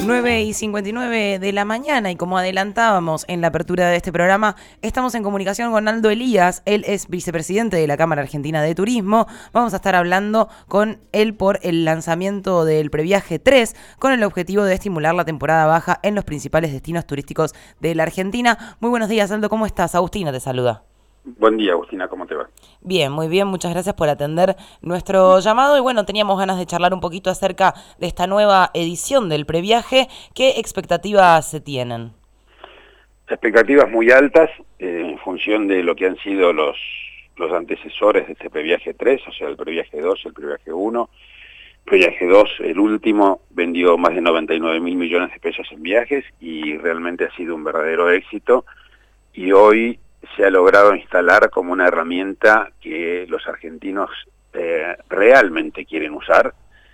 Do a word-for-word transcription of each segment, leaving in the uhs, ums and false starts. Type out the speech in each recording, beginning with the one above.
nueve y cincuenta y nueve de la mañana y como adelantábamos en la apertura de este programa, estamos en comunicación con Aldo Elías. Él es vicepresidente de la Cámara Argentina de Turismo. Vamos a estar hablando con él por el lanzamiento del Previaje tres con el objetivo de estimular la temporada baja en los principales destinos turísticos de la Argentina. Muy buenos días, Aldo, ¿cómo estás? Agustina te saluda. Buen día, Agustina, ¿cómo te va? Bien, muy bien, muchas gracias por atender nuestro llamado y bueno, teníamos ganas de charlar un poquito acerca de esta nueva edición del Previaje. ¿Qué expectativas se tienen? Expectativas muy altas eh, en función de lo que han sido los, los antecesores de este Previaje tres, o sea, el Previaje dos, el Previaje uno. Previaje dos, el último, vendió más de noventa y nueve mil millones de pesos en viajes y realmente ha sido un verdadero éxito. Y hoy se ha logrado instalar como una herramienta que los argentinos eh, realmente quieren usar,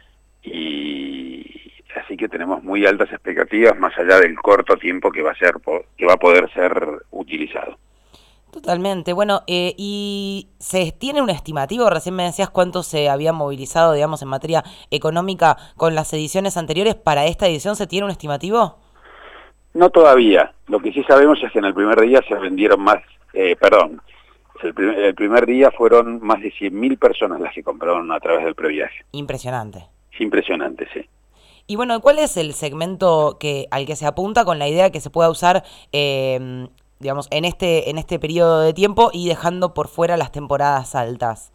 y así que tenemos muy altas expectativas más allá del corto tiempo que va a ser que va a poder ser utilizado. Totalmente. Bueno, eh, ¿y se tiene un estimativo? Recién me decías cuánto se había movilizado, digamos, en materia económica con las ediciones anteriores. ¿Para esta edición se tiene un estimativo? No todavía. Lo que sí sabemos es que en el primer día se vendieron más, eh, perdón, el primer, el primer día fueron más de cien mil personas las que compraron a través del Previaje. Impresionante. Impresionante, sí. Y bueno, ¿cuál es el segmento que al que se apunta con la idea que se pueda usar, eh, digamos, en este en este periodo de tiempo y dejando por fuera las temporadas altas?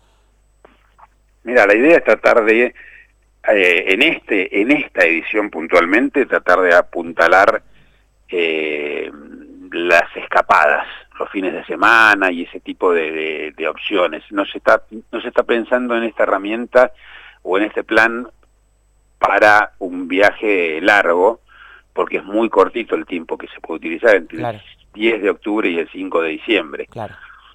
Mira, la idea es tratar de, eh, en este en esta edición puntualmente, tratar de apuntalar Eh, las escapadas, los fines de semana y ese tipo de, de, de opciones. No se está no se está pensando en esta herramienta o en este plan para un viaje largo, porque es muy cortito el tiempo que se puede utilizar, entre claro. el diez de octubre y el cinco de diciembre. Claro.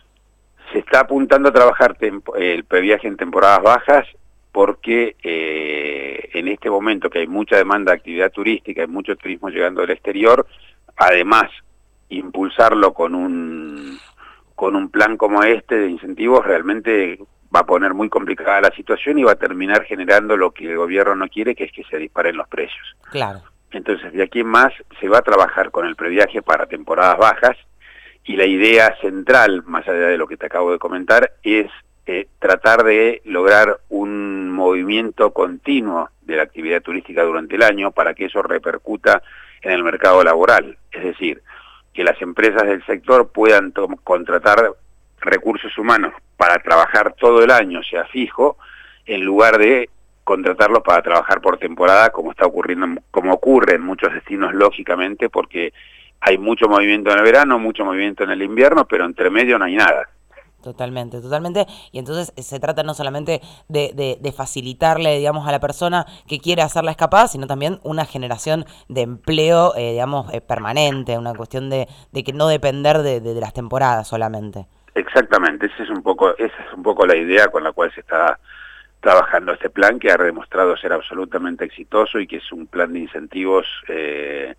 Se está apuntando a trabajar el previaje en temporadas bajas, porque eh, en este momento que hay mucha demanda de actividad turística, hay mucho turismo llegando del exterior, además impulsarlo con un con un plan como este de incentivos realmente va a poner muy complicada la situación y va a terminar generando lo que el gobierno no quiere, que es que se disparen los precios. Claro. Entonces, de aquí en más se va a trabajar con el previaje para temporadas bajas, y la idea central, más allá de lo que te acabo de comentar, es Eh, tratar de lograr un movimiento continuo de la actividad turística durante el año para que eso repercuta en el mercado laboral. Es decir, que las empresas del sector puedan contratar recursos humanos para trabajar todo el año, sea fijo, en lugar de contratarlos para trabajar por temporada, como está ocurriendo, como ocurre en muchos destinos, lógicamente, porque hay mucho movimiento en el verano, mucho movimiento en el invierno, pero entre medio no hay nada. Totalmente, totalmente. Y entonces se trata no solamente de, de, de facilitarle, digamos, a la persona que quiere hacer la escapada, sino también una generación de empleo, eh, digamos, eh, permanente, una cuestión de, de que no depender de, de, de las temporadas solamente. Exactamente, esa es un poco, esa es un poco la idea con la cual se está trabajando este plan, que ha demostrado ser absolutamente exitoso y que es un plan de incentivos eh,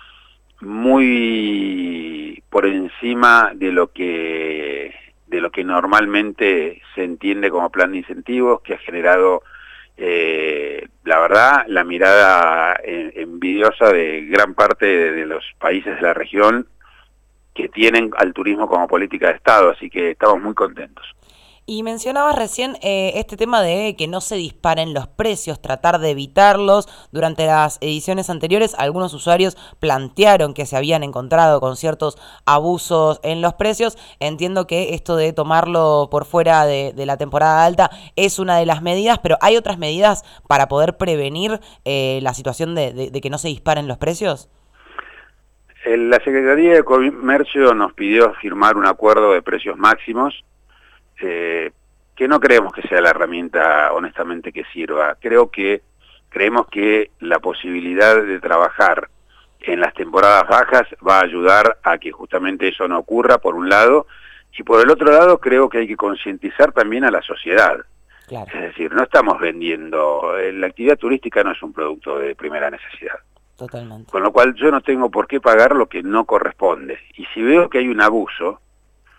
muy por encima de lo que de lo que normalmente se entiende como plan de incentivos, que ha generado, eh, la verdad, la mirada envidiosa de gran parte de, de los países de la región que tienen al turismo como política de Estado, así que estamos muy contentos. Y mencionabas recién eh, este tema de que no se disparen los precios, tratar de evitarlos. Durante las ediciones anteriores, algunos usuarios plantearon que se habían encontrado con ciertos abusos en los precios. Entiendo que esto de tomarlo por fuera de, de la temporada alta es una de las medidas, pero ¿hay otras medidas para poder prevenir eh, la situación de, de, de que no se disparen los precios? La Secretaría de Comercio nos pidió firmar un acuerdo de precios máximos, Eh, que no creemos que sea la herramienta honestamente que sirva. Creo que creemos que la posibilidad de trabajar en las temporadas bajas va a ayudar a que justamente eso no ocurra, por un lado, y por el otro lado creo que hay que concientizar también a la sociedad. Claro. Es decir, no estamos vendiendo, la actividad turística no es un producto de primera necesidad. Totalmente. Con lo cual yo no tengo por qué pagar lo que no corresponde. Y si veo que hay un abuso,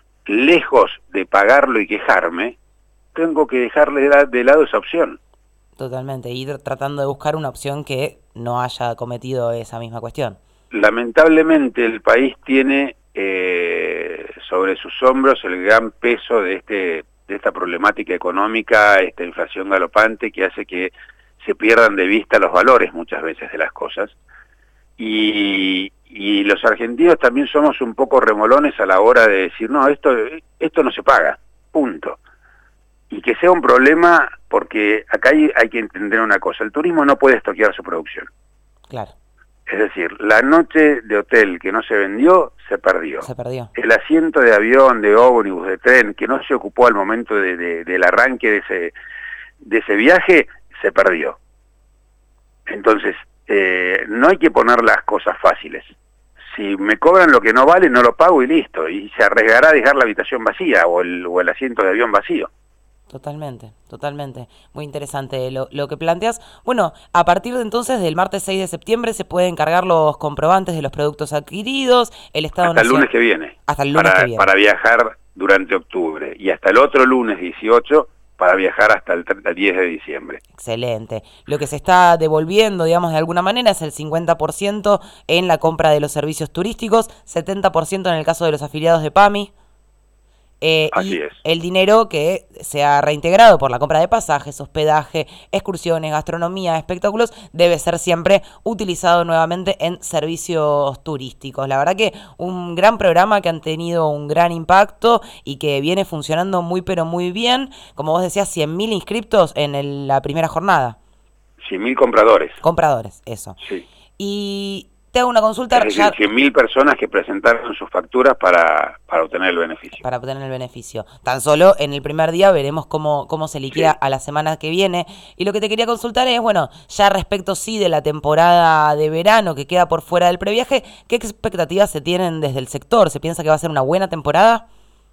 lejos de pagarlo y quejarme, tengo que dejarle de lado esa opción. Totalmente, ir tratando de buscar una opción que no haya cometido esa misma cuestión. Lamentablemente el país tiene eh, sobre sus hombros el gran peso de, este, de esta problemática económica, esta inflación galopante que hace que se pierdan de vista los valores muchas veces de las cosas. Y, y los argentinos también somos un poco remolones a la hora de decir, no, esto, esto no se paga, punto. Y que sea un problema, porque acá hay, hay que entender una cosa, el turismo no puede estoquear su producción. Claro. Es decir, la noche de hotel que no se vendió, se perdió. Se perdió. El asiento de avión, de ómnibus, de tren, que no se ocupó al momento de, de, del arranque de ese, de ese viaje, se perdió. Entonces, eh, no hay que poner las cosas fáciles. Si me cobran lo que no vale, no lo pago y listo. Y se arriesgará a dejar la habitación vacía o el, o el asiento de avión vacío. Totalmente, totalmente. Muy interesante lo, lo que planteas. Bueno, a partir de entonces, del martes seis de septiembre, se pueden cargar los comprobantes de los productos adquiridos. El Estado hasta el Nacional... lunes que viene. Hasta el lunes para, que viene. Para viajar durante octubre. Y hasta el otro lunes dieciocho para viajar hasta el diez de diciembre. Excelente. Lo que se está devolviendo, digamos, de alguna manera es el cincuenta por ciento en la compra de los servicios turísticos, setenta por ciento en el caso de los afiliados de PAMI. Eh, Así y es. el dinero que se ha reintegrado por la compra de pasajes, hospedaje, excursiones, gastronomía, espectáculos, debe ser siempre utilizado nuevamente en servicios turísticos. La verdad que un gran programa que han tenido un gran impacto y que viene funcionando muy pero muy bien. Como vos decías, cien mil inscriptos en el, la primera jornada. cien mil compradores. Compradores, eso. Sí. Y... te hago una consulta. Es decir, ya... cien mil personas que presentaron sus facturas para, para obtener el beneficio. Para obtener el beneficio. Tan solo en el primer día veremos cómo, cómo se liquida sí. a la semana que viene. Y lo que te quería consultar es, bueno, ya respecto sí de la temporada de verano que queda por fuera del previaje, ¿qué expectativas se tienen desde el sector? ¿Se piensa que va a ser una buena temporada?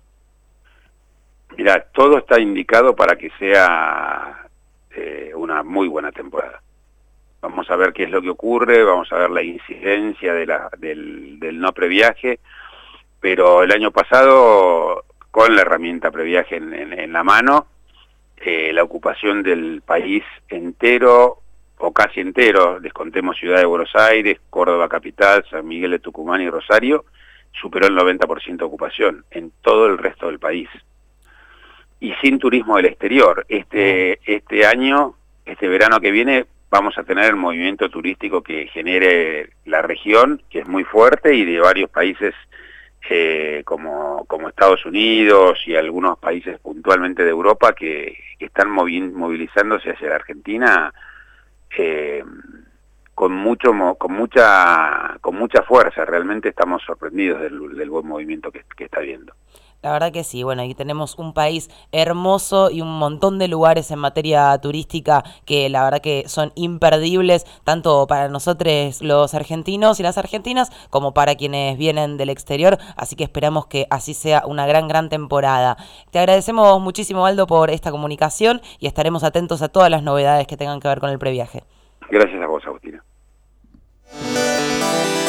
Mira, todo está indicado para que sea eh, una muy buena temporada. Vamos a ver qué es lo que ocurre, vamos a ver la incidencia de la, del, del no previaje, pero el año pasado, con la herramienta previaje en, en, en la mano, eh, la ocupación del país entero, o casi entero, descontemos Ciudad de Buenos Aires, Córdoba Capital, San Miguel de Tucumán y Rosario, superó el noventa por ciento de ocupación en todo el resto del país. Y sin turismo del exterior. Este, este año, este verano que viene, vamos a tener el movimiento turístico que genere la región, que es muy fuerte, y de varios países eh, como, como Estados Unidos y algunos países puntualmente de Europa que, que están movilizándose hacia la Argentina eh, con mucho con mucha con mucha fuerza. Realmente estamos sorprendidos del, del buen movimiento que, que está habiendo. La verdad que sí, bueno, aquí tenemos un país hermoso y un montón de lugares en materia turística que la verdad que son imperdibles, tanto para nosotros los argentinos y las argentinas, como para quienes vienen del exterior, así que esperamos que así sea una gran, gran temporada. Te agradecemos muchísimo, Aldo, por esta comunicación y estaremos atentos a todas las novedades que tengan que ver con el previaje. Gracias a vos, Agustina.